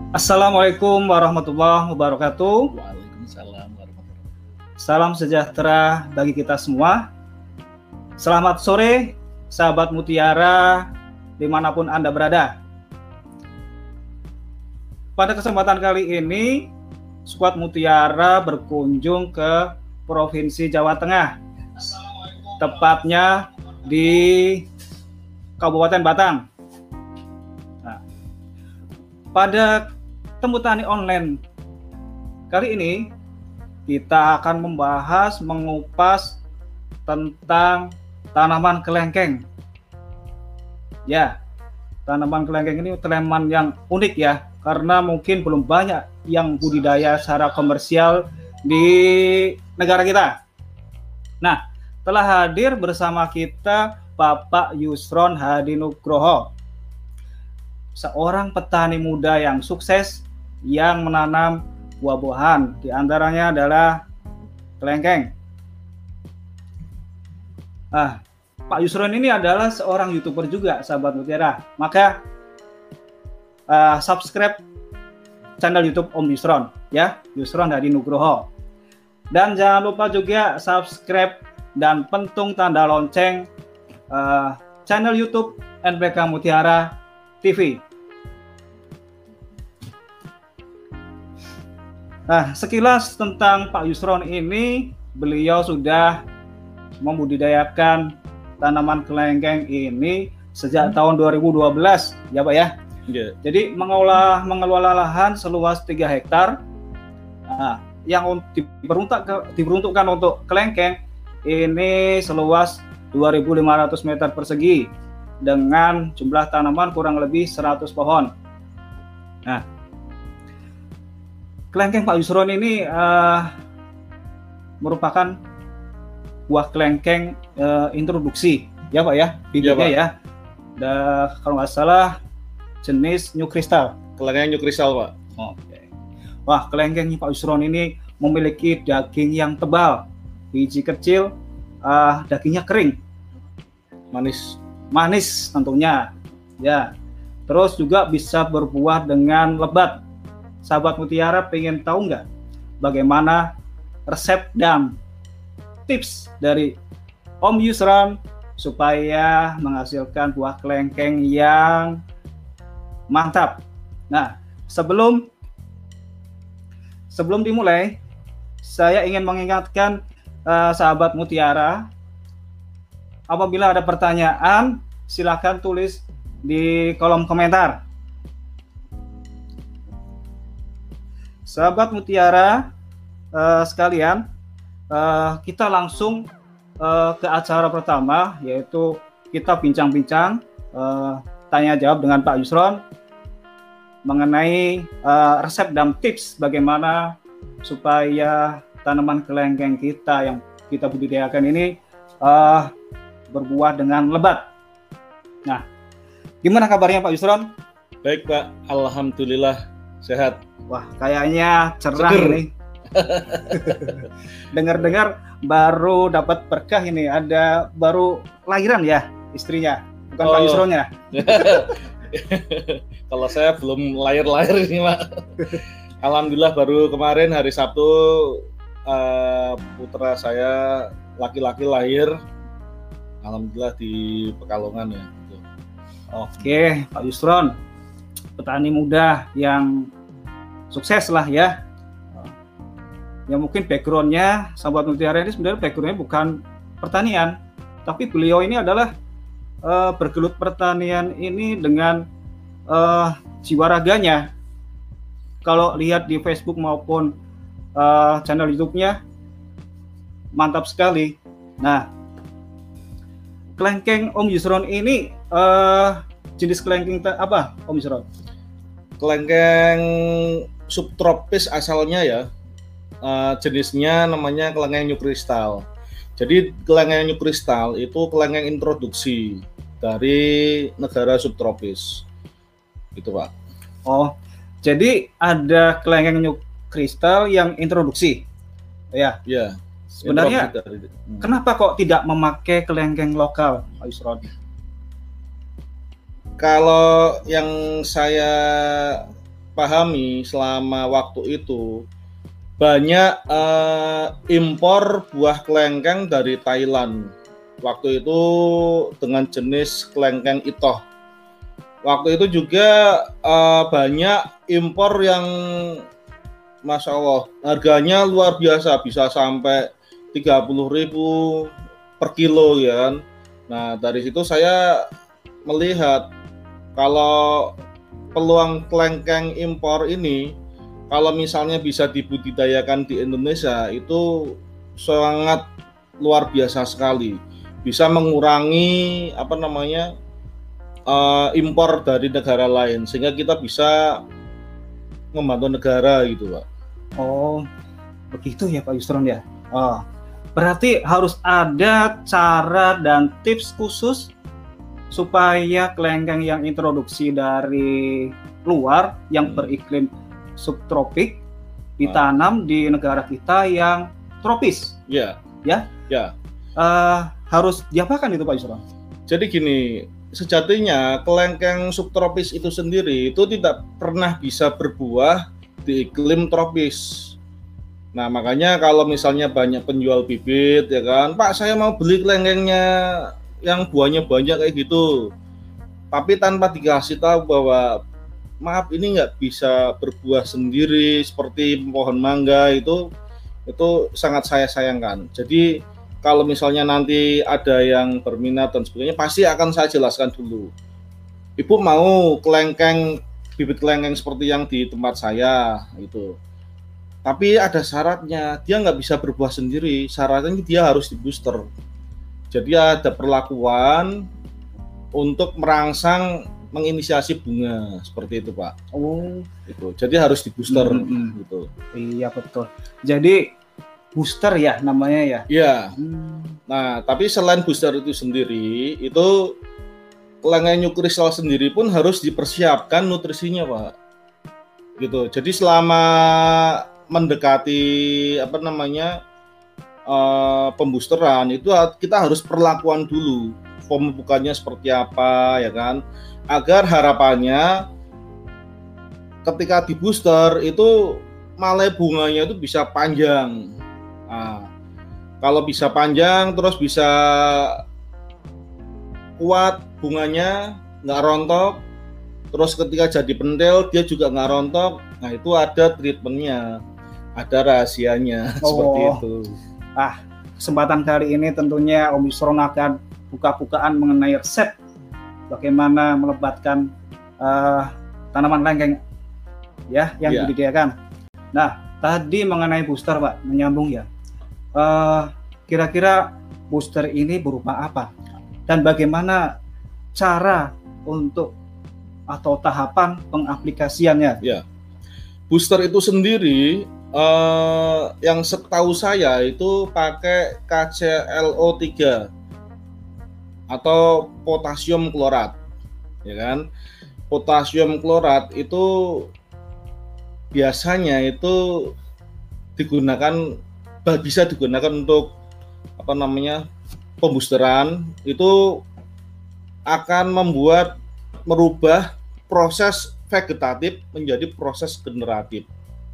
Assalamualaikum warahmatullahi wabarakatuh. Waalaikumsalam warahmatullahi wabarakatuh. Salam sejahtera bagi kita semua. Selamat sore, sahabat Mutiara, dimanapun Anda berada. Pada kesempatan kali ini, Skuad Mutiara berkunjung ke Provinsi Jawa Tengah, tepatnya di Kabupaten Batang. Nah, pada Temu Tani Online kali ini kita akan membahas, mengupas tentang tanaman kelengkeng. Ya, tanaman kelengkeng ini tanaman yang unik ya, karena mungkin belum banyak yang budidaya secara komersial di negara kita. Nah, telah hadir bersama kita Bapak Yusron Hadinugroho, seorang petani muda yang sukses yang menanam buah-buahan, diantaranya adalah kelengkeng. Pak Yusron ini adalah seorang YouTuber juga, sahabat Mutiara. Maka subscribe channel YouTube Om Yusron, ya, Yusron Hadinugroho. Dan jangan lupa juga subscribe dan pentung tanda lonceng channel YouTube NPK Mutiara TV. Nah, sekilas tentang Pak Yusron ini, beliau sudah membudidayakan tanaman kelengkeng ini sejak tahun 2012, ya Pak ya. Yeah. Jadi mengelola lahan seluas 3 hektar. Nah, yang diperuntukkan untuk kelengkeng ini seluas 2.500 meter persegi dengan jumlah tanaman kurang lebih 100 pohon. Nah, kelengkeng Pak Yusron ini merupakan buah kelengkeng introduksi, ya Pak ya, bibitnya ya. Kalau nggak salah jenis New Crystal. Kelengkeng New Crystal, Pak. Oke. Wah, kelengkeng Pak Yusron ini memiliki daging yang tebal, biji kecil, dagingnya kering, manis tentunya, ya. Terus juga bisa berbuah dengan lebat. Sahabat Mutiara pengen tahu nggak bagaimana resep dan tips dari Om Yusron supaya menghasilkan buah kelengkeng yang mantap. Nah, sebelum dimulai, saya ingin mengingatkan sahabat Mutiara, apabila ada pertanyaan silakan tulis di kolom komentar. Sahabat Mutiara sekalian, kita langsung ke acara pertama, yaitu kita bincang-bincang, tanya jawab dengan Pak Yusron mengenai resep dan tips bagaimana supaya tanaman kelengkeng kita yang kita budidayakan ini berbuah dengan lebat. Nah, gimana kabarnya Pak Yusron? Baik Pak, alhamdulillah sehat. Wah, kayaknya cerah ini. Dengar-dengar baru dapat berkah ini, ada baru lahiran ya istrinya, bukan Pak Yusronnya. Kalau saya belum lahir ini Pak. Alhamdulillah baru kemarin hari Sabtu putra saya laki-laki lahir. Alhamdulillah di Pekalongan ya. Oke, Pak Yusron, petani muda yang sukses lah ya. Ya mungkin backgroundnya sahabat Mutiara ini sebenarnya backgroundnya bukan pertanian, tapi beliau ini adalah bergelut pertanian ini dengan jiwa raganya. Kalau lihat di Facebook maupun channel YouTube-nya mantap sekali. Nah, kelengkeng Om Yusron ini jenis kelengkeng apa Om Yusron? Kelengkeng subtropis asalnya ya. Jenisnya namanya kelengkeng New Crystal. Jadi kelengkeng New Crystal itu kelengkeng introduksi dari negara subtropis. Gitu Pak. Oh, jadi ada kelengkeng New Crystal yang introduksi. Ya. Ya. Sebenarnya kenapa kok tidak memakai kelengkeng lokal, Pak Yusron? Kalau yang saya pahami selama waktu itu banyak impor buah kelengkeng dari Thailand. Waktu itu dengan jenis kelengkeng itoh. Waktu itu juga banyak impor yang Masya Allah harganya luar biasa, bisa sampai 30.000 per kilo ya kan. Nah dari situ saya melihat kalau peluang kelengkeng impor ini kalau misalnya bisa dibudidayakan di Indonesia itu sangat luar biasa sekali. Bisa mengurangi impor dari negara lain sehingga kita bisa membantu negara gitu Pak. Oh begitu ya Pak Yusron ya. Oh, berarti harus ada cara dan tips khusus supaya kelengkeng yang introduksi dari luar yang beriklim subtropik ditanam di negara kita yang tropis. Ya. Harus diapakan itu Pak Yusron? Jadi gini, sejatinya kelengkeng subtropis itu sendiri itu tidak pernah bisa berbuah di iklim tropis. Nah makanya kalau misalnya banyak penjual bibit ya kan, Pak saya mau beli kelengkengnya yang buahnya banyak kayak gitu, tapi tanpa dikasih tahu bahwa maaf ini nggak bisa berbuah sendiri seperti pohon mangga, itu sangat saya sayangkan. Jadi kalau misalnya nanti ada yang berminat dan sebagainya, pasti akan saya jelaskan dulu. Ibu mau bibit kelengkeng seperti yang di tempat saya itu. Tapi ada syaratnya, dia nggak bisa berbuah sendiri. Syaratnya dia harus di booster. Jadi ada perlakuan untuk merangsang menginisiasi bunga seperti itu Pak. Oh, itu. Jadi harus di booster gitu. Iya betul. Jadi booster ya namanya ya. Iya. Nah, tapi selain booster itu sendiri, itu kelengkeng new crystal sendiri pun harus dipersiapkan nutrisinya, Pak. Gitu. Jadi selama mendekati pemboosteran itu kita harus perlakuan dulu. Pemupukannya seperti apa ya kan? Agar harapannya ketika di booster itu malai bunganya itu bisa panjang. Nah, kalau bisa panjang terus bisa kuat bunganya, nggak rontok, terus ketika jadi pentil dia juga nggak rontok. Nah itu ada treatmentnya, ada rahasianya. Seperti itu. Kesempatan kali ini tentunya Om Yusron akan buka-bukaan mengenai resep bagaimana melebatkan tanaman kelengkeng ya yang dibudidayakan. Nah tadi mengenai booster Pak, menyambung ya. Kira-kira booster ini berupa apa dan bagaimana cara untuk atau tahapan pengaplikasiannya? Ya, booster itu sendiri yang setahu saya itu pakai KClO3 atau potasium klorat, ya kan? Potasium klorat itu biasanya itu bisa digunakan untuk pemboosteran. Itu akan merubah proses vegetatif menjadi proses generatif.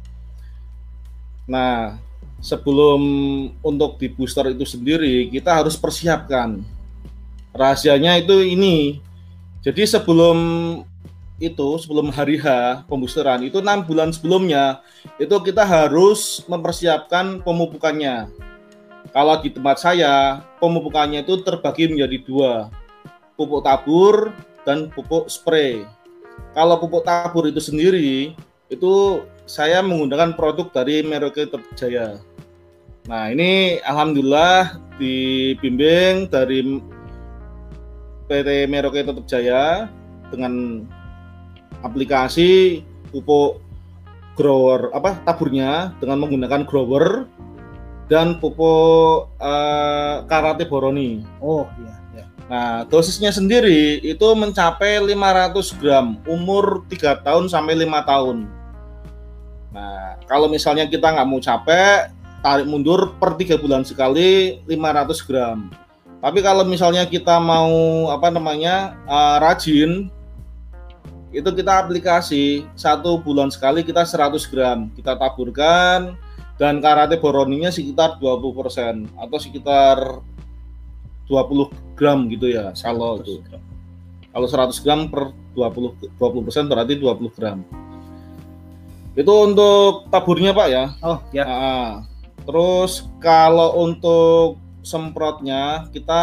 Nah, sebelum untuk di booster itu sendiri kita harus persiapkan. Rahasianya itu ini. Jadi sebelum hari H pemboosteran itu 6 bulan sebelumnya itu kita harus mempersiapkan pemupukannya. Kalau di tempat saya pemupukannya itu terbagi menjadi 2, pupuk tabur dan pupuk spray. Kalau pupuk tabur itu sendiri itu saya menggunakan produk dari Merauke Tetap Jaya. Nah ini alhamdulillah dibimbing dari PT Merauke Tetap Jaya dengan aplikasi pupuk grower taburnya dengan menggunakan grower dan pupuk Karate Boroni. Oh iya. Nah dosisnya sendiri itu mencapai 500 gram umur 3 tahun sampai 5 tahun. Nah kalau misalnya kita nggak mau capek, tarik mundur per 3 bulan sekali 500 gram. Tapi kalau misalnya kita mau rajin, itu kita aplikasi 1 bulan sekali kita 100 gram kita taburkan, dan karate boroninya sekitar 20% atau sekitar 20 gram gitu ya kalau itu. Kalau 100 gram per 20% berarti 20 gram. Itu untuk taburnya Pak ya. Oh ya. Terus kalau untuk semprotnya kita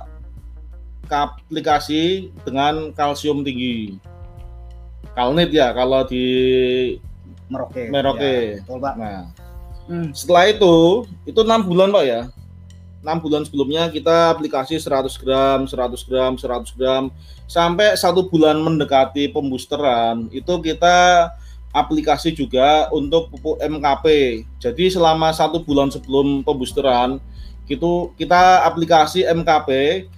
aplikasi dengan kalsium tinggi. Kalnit ya kalau di Merauke. Ya, betul, Pak. Nah, setelah itu 6 bulan Pak ya. 6 bulan sebelumnya kita aplikasi 100 gram sampai 1 bulan mendekati pemboosteran itu kita aplikasi juga untuk pupuk MKP. Jadi selama 1 bulan sebelum pemboosteran itu kita aplikasi MKP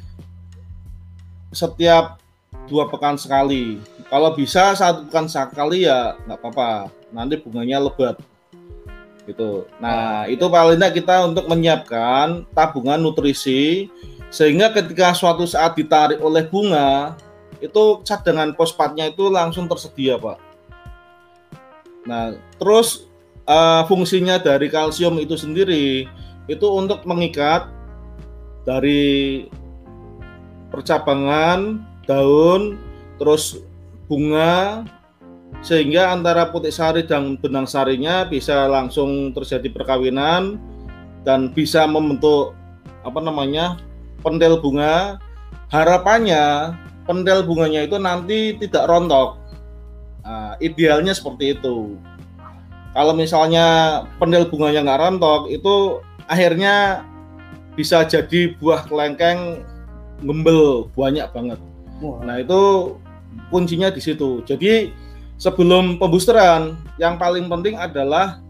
setiap 2 pekan sekali. Kalau bisa 1 pekan sekali ya nggak apa-apa. Nanti bunganya lebat. Gitu. Nah, itu paling tidak kita untuk menyiapkan tabungan nutrisi sehingga ketika suatu saat ditarik oleh bunga itu cadangan fosfatnya itu langsung tersedia, Pak. Nah, terus fungsinya dari kalsium itu sendiri itu untuk mengikat dari percabangan daun terus bunga sehingga antara putik sari dan benang sarinya bisa langsung terjadi perkawinan dan bisa membentuk pentil bunga. Harapannya pentil bunganya itu nanti tidak rontok. Nah, idealnya seperti itu. Kalau misalnya pentil bunganya nggak rontok, itu akhirnya bisa jadi buah kelengkeng gembel banyak banget. Nah, itu kuncinya di situ. Jadi sebelum pemboosteran yang paling penting adalah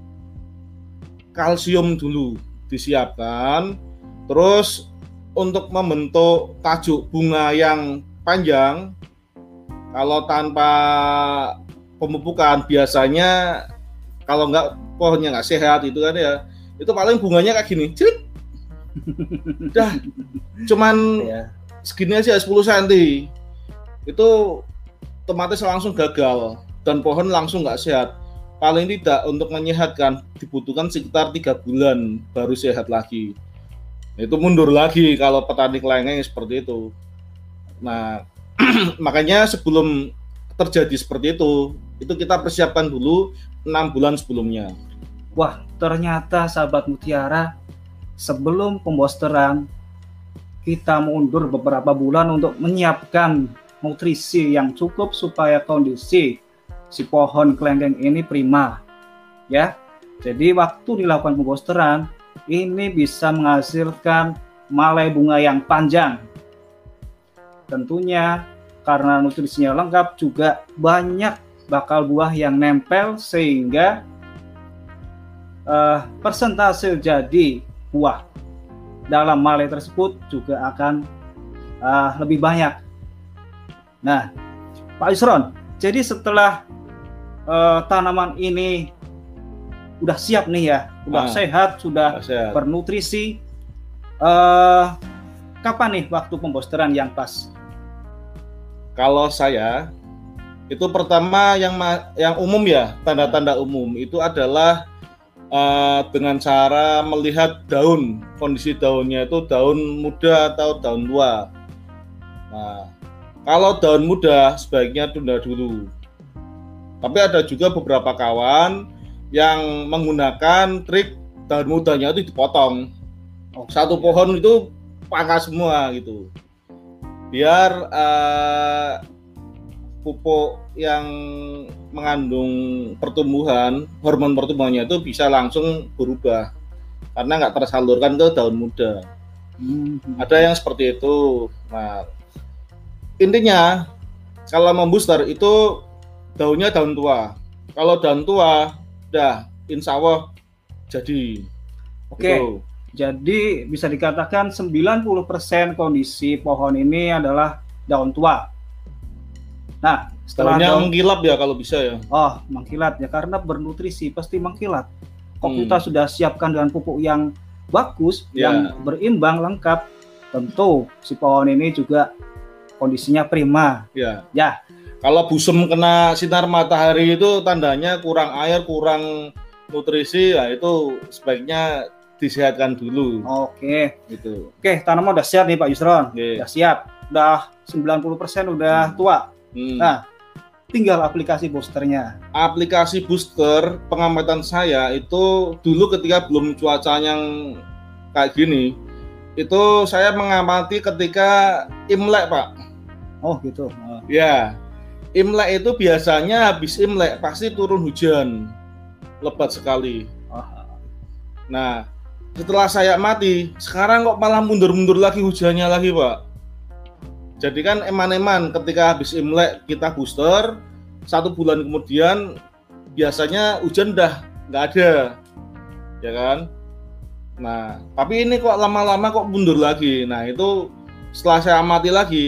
kalsium dulu disiapkan. Terus untuk membentuk tajuk bunga yang panjang, kalau tanpa pemupukan biasanya kalau nggak pohonnya nggak sehat itu kan ya, itu paling bunganya kayak gini, cerit. Udah cuman segini aja 10 cm. Itu otomatis langsung gagal dan pohon langsung nggak sehat. Paling tidak untuk menyehatkan dibutuhkan sekitar 3 bulan baru sehat lagi. Itu mundur lagi kalau petani kelengkeng seperti itu. Nah, makanya sebelum terjadi seperti itu kita persiapkan dulu 6 bulan sebelumnya. Wah, ternyata sahabat Mutiara, sebelum pemboosteran kita mundur beberapa bulan untuk menyiapkan nutrisi yang cukup supaya kondisi si pohon kelengkeng ini prima. Ya. Jadi waktu dilakukan pemboosteran ini bisa menghasilkan malai bunga yang panjang. Tentunya karena nutrisinya lengkap juga banyak bakal buah yang nempel sehingga persentase jadi buah dalam malai tersebut juga akan lebih banyak. Nah, Pak Yusron, jadi setelah tanaman ini udah siap nih ya, udah sehat, sudah bernutrisi, kapan nih waktu pemboosteran yang pas? Kalau saya itu pertama yang umum ya, tanda-tanda umum itu adalah dengan cara melihat daun, kondisi daunnya itu daun muda atau daun tua. Nah, kalau daun muda sebaiknya tunda dulu. Tapi ada juga beberapa kawan yang menggunakan trik daun mudanya itu dipotong. Satu pohon itu pangkas semua gitu. Biar pupuk yang mengandung pertumbuhan, hormon pertumbuhannya itu bisa langsung berubah karena nggak tersalurkan ke daun muda. Ada yang seperti itu. Nah, intinya kalau membooster itu daunnya daun tua. Kalau daun tua, udah insya Allah jadi. Oke. Gitu. Jadi bisa dikatakan 90% kondisi pohon ini adalah daun tua. Nah, setelah daunnya mengkilap ya kalau bisa ya. Oh, mengkilat ya karena bernutrisi pasti mengkilat. Kok kita sudah siapkan dengan pupuk yang bagus, yang berimbang lengkap, tentu si pohon ini juga kondisinya prima. Ya. Kalau busem kena sinar matahari itu tandanya kurang air, kurang nutrisi, ya itu sebaiknya disehatkan dulu. Oke. Gitu. Oke, tanaman udah siap nih Pak Yusron. Oke. Udah siap. Udah 90% udah tua. Nah, tinggal aplikasi boosternya. Aplikasi booster pengamatan saya itu dulu ketika belum cuaca yang kayak gini, itu saya mengamati ketika Imlek, Pak. Oh gitu. Ya, Imlek itu biasanya habis Imlek pasti turun hujan lebat sekali. Nah, setelah saya amati, sekarang kok malah mundur-mundur lagi hujannya lagi, Pak. Jadi kan eman-eman ketika habis Imlek kita booster, 1 bulan kemudian biasanya hujan udah nggak ada, ya kan? Nah, tapi ini kok lama-lama kok mundur lagi. Nah, itu setelah saya amati lagi.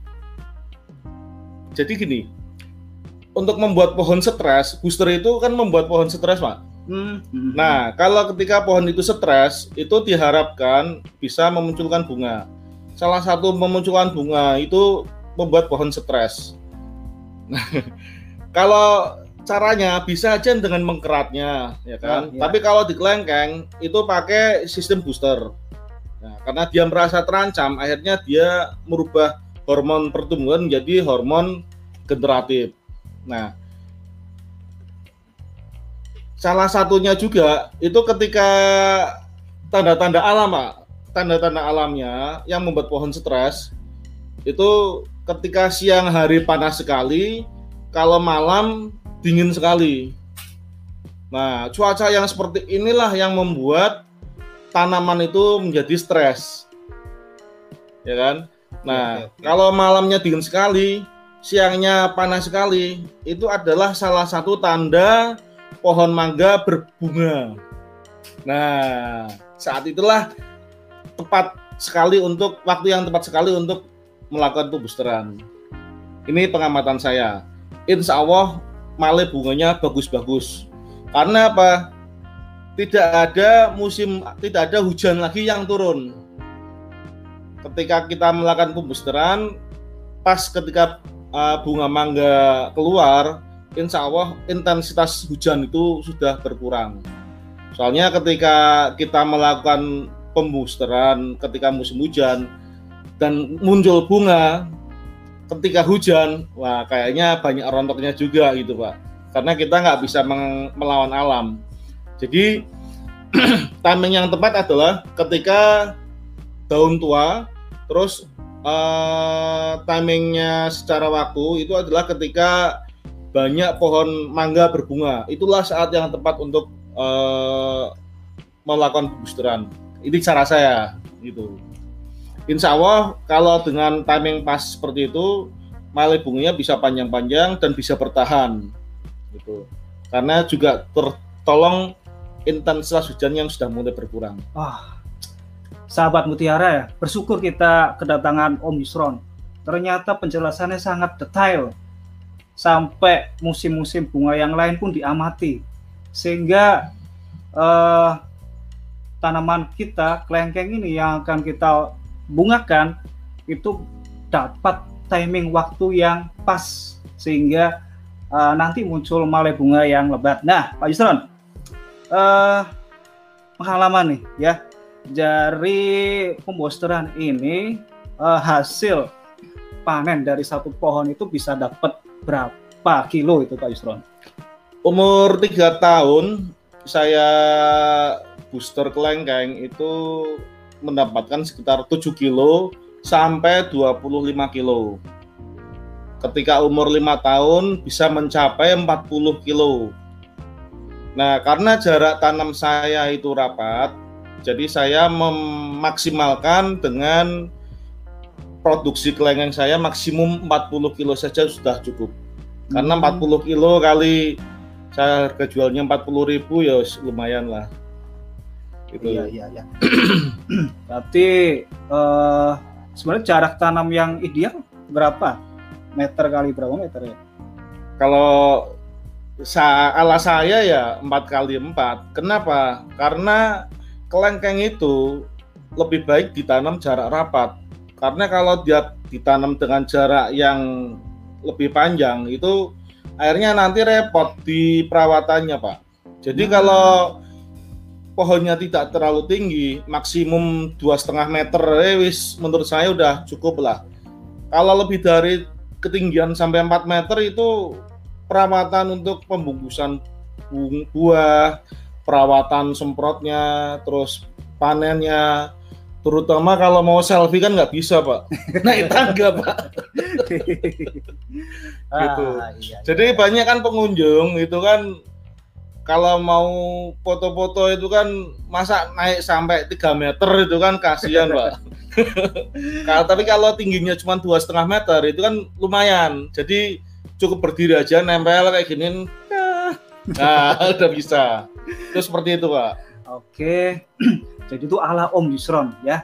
Jadi gini, untuk membuat pohon stres, booster itu kan membuat pohon stres, Pak. Nah, kalau ketika pohon itu stres, itu diharapkan bisa memunculkan bunga. Salah satu memunculkan bunga itu membuat pohon stres. Nah, kalau caranya bisa aja dengan mengkeratnya, ya kan? Ya. Tapi kalau di kelengkeng itu pakai sistem booster. Nah, karena dia merasa terancam, akhirnya dia merubah hormon pertumbuhan menjadi hormon generatif. Nah, salah satunya juga itu ketika tanda-tanda alam, Pak. Tanda-tanda alamnya yang membuat pohon stres itu ketika siang hari panas sekali, kalau malam dingin sekali. Nah, cuaca yang seperti inilah yang membuat tanaman itu menjadi stres, ya kan? Nah, kalau malamnya dingin sekali, siangnya panas sekali, itu adalah salah satu tanda pohon mangga berbunga. Nah, saat itulah tepat sekali untuk waktu yang tepat sekali untuk melakukan boosteran. Ini pengamatan saya. Insya Allah male bunganya bagus-bagus. Karena apa? Tidak ada hujan lagi yang turun. Ketika kita melakukan pemboosteran, pas ketika bunga mangga keluar, insya Allah intensitas hujan itu sudah berkurang. Soalnya ketika kita melakukan pemboosteran ketika musim hujan dan muncul bunga ketika hujan, wah kayaknya banyak rontoknya juga gitu, Pak. Karena kita nggak bisa melawan alam. Jadi timing yang tepat adalah ketika daun tua, terus timingnya secara waktu itu adalah ketika banyak pohon mangga berbunga. Itulah saat yang tepat untuk melakukan pemboosteran. Ini cara saya gitu. Insya Allah kalau dengan timing pas seperti itu, male bunganya bisa panjang-panjang dan bisa bertahan gitu. Karena juga tertolong intensitas hujan yang sudah mulai berkurang. Sahabat Mutiara ya, bersyukur kita kedatangan Om Yusron. Ternyata penjelasannya sangat detail. Sampai musim-musim bunga yang lain pun diamati. Sehingga tanaman kita, kelengkeng ini yang akan kita bungakan itu dapat timing waktu yang pas sehingga nanti muncul male bunga yang lebat. Nah, Pak Yusron, pengalaman nih ya dari pemboosteran ini, hasil panen dari satu pohon itu bisa dapat berapa kilo itu Pak Yusron? Umur 3 tahun saya booster kelengkeng itu mendapatkan sekitar 7 kilo sampai 25 kilo. Ketika umur 5 tahun bisa mencapai 40 kilo. Nah, karena jarak tanam saya itu rapat, jadi saya memaksimalkan dengan produksi kelengkeng saya maksimum 40 kilo saja sudah cukup. Karena 40 kilo kali saya harga jualnya 40.000 ya lumayan lah. Gitu. Iya. Berarti sebenarnya jarak tanam yang ideal berapa meter kali berapa meter ya? Kalau ala saya ya 4 kali 4. Kenapa? Karena kelengkeng itu lebih baik ditanam jarak rapat. Karena kalau dia ditanam dengan jarak yang lebih panjang itu akhirnya nanti repot di perawatannya Pak. Jadi kalau pohonnya tidak terlalu tinggi, maksimum 2,5 meter, wis menurut saya udah cukup lah. Kalau lebih dari ketinggian sampai 4 meter itu perawatan untuk pembungkusan buah, perawatan semprotnya, terus panennya, terutama kalau mau selfie kan nggak bisa Pak, naik tangga Pak. Gitu. Iya. Jadi banyak kan pengunjung itu kan kalau mau foto-foto itu kan masa naik sampai 3 meter itu kan kasihan Pak. Tapi kalau tingginya cuma 2,5 meter itu kan lumayan. Jadi cukup berdiri aja nempel kayak gini. Nah, udah bisa. Itu seperti itu Pak. Oke. Jadi itu ala Om Yusron ya.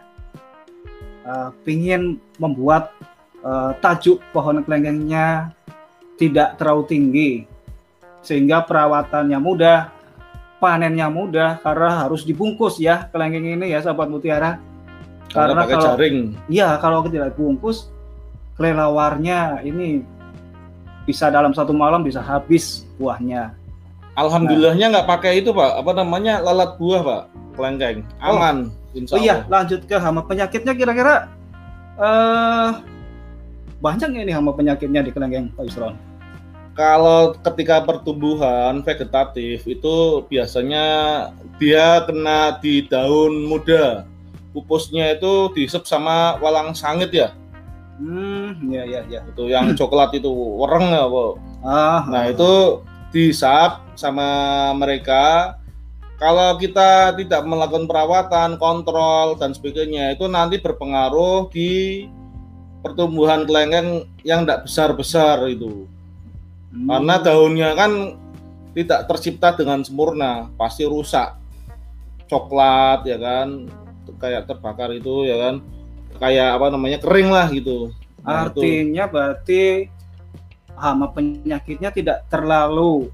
Pingin membuat tajuk pohon kelengkengnya tidak terlalu tinggi sehingga perawatannya mudah, panennya mudah karena harus dibungkus ya kelengkeng ini ya sahabat mutiara. Karena pakai jaring. Iya, kalau tidak dibungkus kelelawarnya ini bisa dalam satu malam bisa habis buahnya. Alhamdulillahnya nggak pakai itu Pak, apa namanya lalat buah Pak, kelengkeng, aman. Insya Allah. Iya, lanjut ke hama penyakitnya kira-kira banyak nggak ini hama penyakitnya di kelengkeng Pak Yusron? Kalau ketika pertumbuhan vegetatif itu biasanya dia kena di daun muda, pupusnya itu dihisap sama walang sangit ya. Ya. Itu yang coklat itu wereng ya Bu. Nah itu dihisap sama mereka. Kalau kita tidak melakukan perawatan, kontrol dan sebagainya itu nanti berpengaruh di pertumbuhan kelengkeng yang tidak besar-besar itu. Karena daunnya kan tidak tercipta dengan sempurna, pasti rusak, coklat ya kan, kayak terbakar itu ya kan, kayak apa namanya kering lah gitu. Nah, artinya itu. Berarti hama penyakitnya tidak terlalu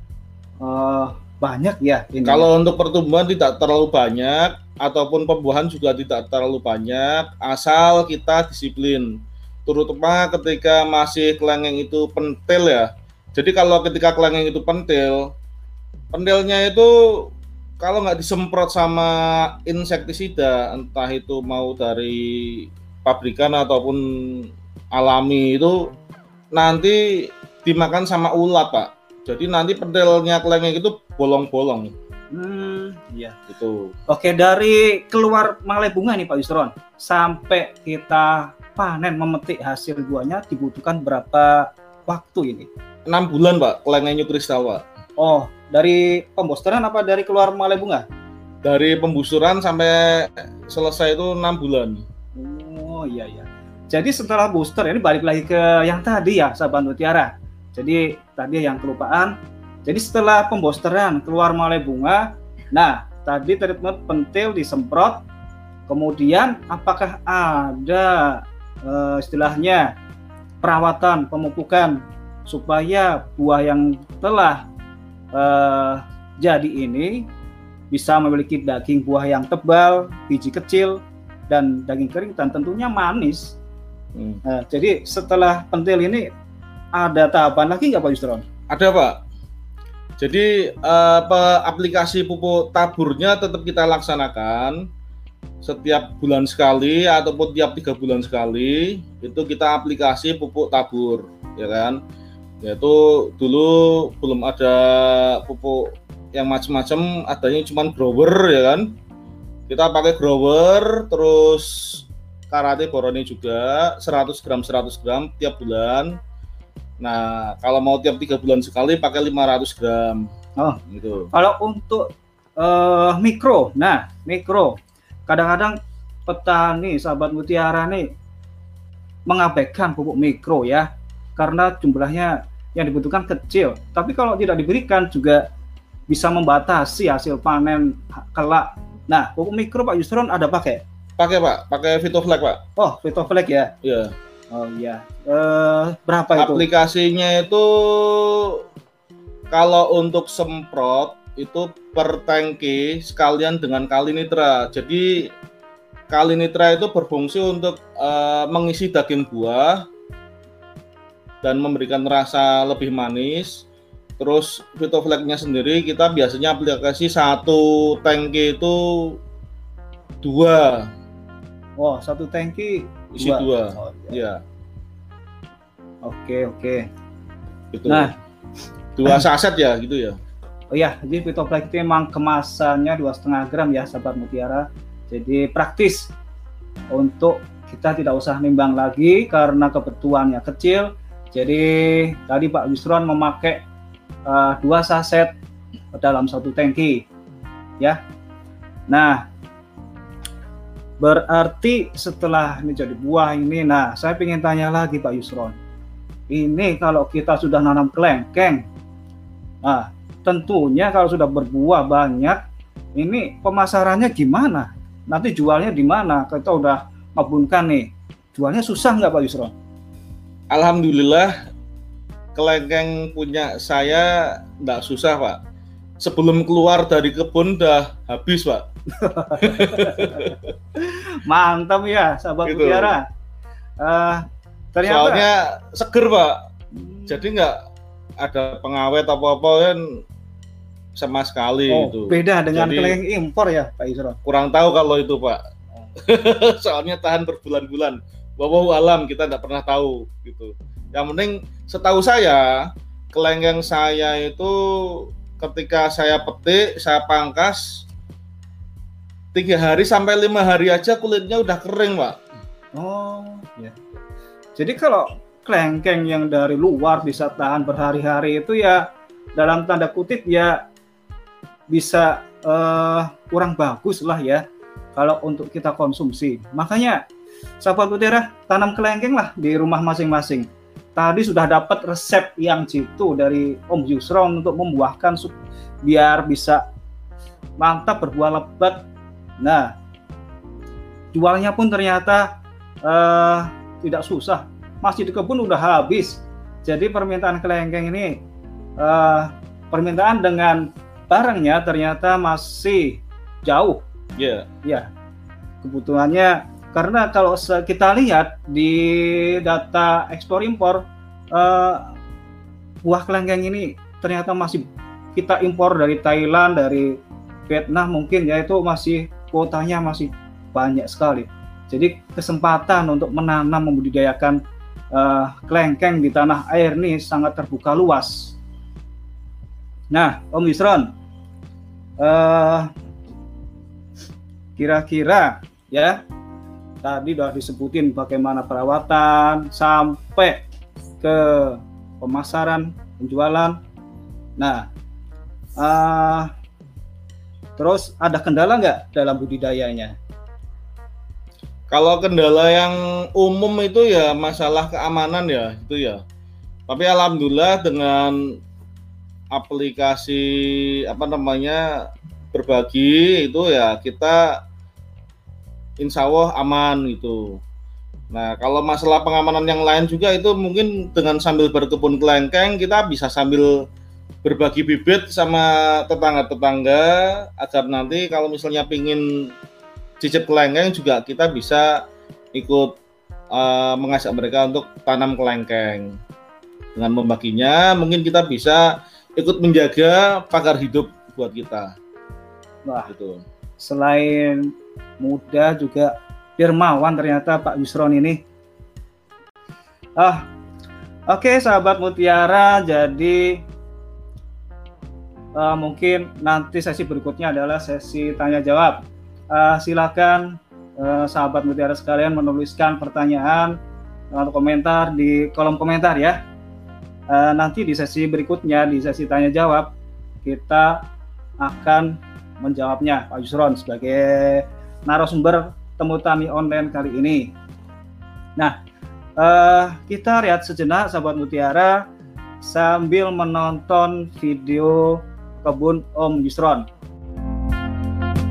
banyak ya ini. Kalau untuk pertumbuhan tidak terlalu banyak, ataupun pembuahan juga tidak terlalu banyak, asal kita disiplin, terutama ketika masih kelengkeng itu pentil ya. Jadi kalau ketika kelengkeng itu pentilnya itu kalau nggak disemprot sama insektisida, entah itu mau dari pabrikan ataupun alami, itu nanti dimakan sama ulat Pak. Jadi nanti pentilnya kelengkeng itu bolong-bolong. Iya. Itu. Oke, dari keluar malai bunga nih Pak Yusron, sampai kita panen memetik hasil buahnya dibutuhkan berapa waktu ini? 6 bulan Pak, kelengkeng new kristal Pak. Oh, dari pembusuran apa dari keluar malai bunga? Dari pembusuran sampai selesai itu 6 bulan. Oh iya. Jadi setelah booster, ini balik lagi ke yang tadi ya sahabat mutiara. Jadi tadi yang kelupaan. Jadi setelah pembusteran keluar malai bunga, nah tadi treatment pentil disemprot, kemudian apakah ada istilahnya perawatan pemupukan supaya buah yang telah jadi ini bisa memiliki daging buah yang tebal, biji kecil, dan daging kering, dan tentunya manis. Jadi setelah pentil ini ada tahapan lagi nggak Pak Yusron? Ada Pak. Jadi aplikasi pupuk taburnya tetap kita laksanakan setiap bulan sekali ataupun tiap 3 bulan sekali. Itu kita aplikasi pupuk tabur, ya kan? Yaitu dulu belum ada pupuk yang macam-macam, adanya cuma grower ya kan. Kita pakai grower, terus karate boroni juga 100 gram tiap bulan. Nah, kalau mau tiap 3 bulan sekali pakai 500 gram. Oh, gitu. Kalau untuk mikro, mikro kadang-kadang petani sahabat mutiara nih mengabaikan pupuk mikro ya, karena jumlahnya yang dibutuhkan kecil. Tapi kalau tidak diberikan juga bisa membatasi hasil panen kelak. Nah, pupuk mikro Pak Yusron ada pakai? Pakai Pak, pakai Vitoflex Pak. Oh, Vitoflex ya? Iya. Oh iya. Berapa itu? Aplikasinya itu kalau untuk semprot itu per tangki sekalian dengan kalinitra. Jadi kalinitra itu berfungsi untuk mengisi daging buah. dan memberikan rasa lebih manis. Terus Vitoflex-nya sendiri kita biasanya aplikasi 1 tangki itu 2. Oh, 1 tangki isi 2. Oh, ya. Oke. Itu. Nah, 2 saset ya gitu ya. Oh ya, jadi Vitoflex itu memang kemasannya 2,5 gram ya, sahabat Mutiara. Jadi praktis untuk kita tidak usah nimbang lagi karena kebutuhannya kecil. Jadi tadi Pak Yusron memakai 2 saset dalam 1 tangki ya. Nah, berarti setelah ini jadi buah ini, nah saya ingin tanya lagi Pak Yusron, ini kalau kita sudah nanam kelengkeng, nah tentunya kalau sudah berbuah banyak, ini pemasarannya gimana? Nanti jualnya di mana? Kita udah ngabunkan nih, jualnya susah nggak Pak Yusron? Alhamdulillah kelengkeng punya saya nggak susah Pak. Sebelum keluar dari kebun udah habis Pak. Mantap ya sahabat gitu. Mutiara. Ternyata soalnya seger Pak. Jadi nggak ada pengawet apa-apa kan sama sekali itu. Beda dengan jadi, kelengkeng impor ya Pak Yusron? Kurang tahu kalau itu Pak. Soalnya tahan berbulan-bulan. Wallahu alam, kita nggak pernah tahu gitu. Yang penting setahu saya kelengkeng saya itu ketika saya petik, saya pangkas 3 hari sampai 5 hari aja kulitnya udah kering Pak. Oh ya. Jadi kalau kelengkeng yang dari luar bisa tahan berhari-hari itu ya dalam tanda kutip ya bisa kurang bagus lah ya kalau untuk kita konsumsi. Makanya sahabat Mutiara, tanam kelengkeng lah di rumah masing-masing. Tadi sudah dapat resep yang jitu dari Om Yusron untuk membuahkan biar bisa mantap berbuah lebat. Nah, jualnya pun ternyata tidak susah. Masih di kebun udah habis. Jadi permintaan kelengkeng ini permintaan dengan barangnya ternyata masih jauh. Iya. Ya. Kebutuhannya karena kalau kita lihat di data ekspor impor buah kelengkeng ini ternyata masih kita impor dari Thailand, dari Vietnam mungkin ya, itu masih kuotanya masih banyak sekali. Jadi kesempatan untuk menanam membudidayakan kelengkeng di tanah air ini sangat terbuka luas. Nah, Om Yusron, kira-kira ya tadi udah disebutin bagaimana perawatan sampai ke pemasaran, penjualan. Nah, terus ada kendala nggak dalam budidayanya? Kalau kendala yang umum itu ya masalah keamanan ya, itu ya. Tapi alhamdulillah dengan aplikasi berbagi itu ya kita insya Allah aman gitu. Nah, kalau masalah pengamanan yang lain juga itu mungkin dengan sambil berkebun kelengkeng kita bisa sambil berbagi bibit sama tetangga-tetangga agar nanti kalau misalnya pingin cicip kelengkeng juga kita bisa ikut mengajak mereka untuk tanam kelengkeng. Dengan membaginya mungkin kita bisa ikut menjaga pagar hidup buat kita. Wah, gitu. Selain muda juga dermawan ternyata Pak Yusron ini. Oke, sahabat Mutiara, jadi mungkin nanti sesi berikutnya adalah sesi tanya jawab. Silakan sahabat Mutiara sekalian menuliskan pertanyaan atau komentar di kolom komentar ya. Nanti di sesi berikutnya, di sesi tanya jawab, kita akan menjawabnya Pak Yusron sebagai narasumber Temu Tani Online kali ini. Nah, kita lihat sejenak sahabat Mutiara sambil menonton video kebun Om Yusron.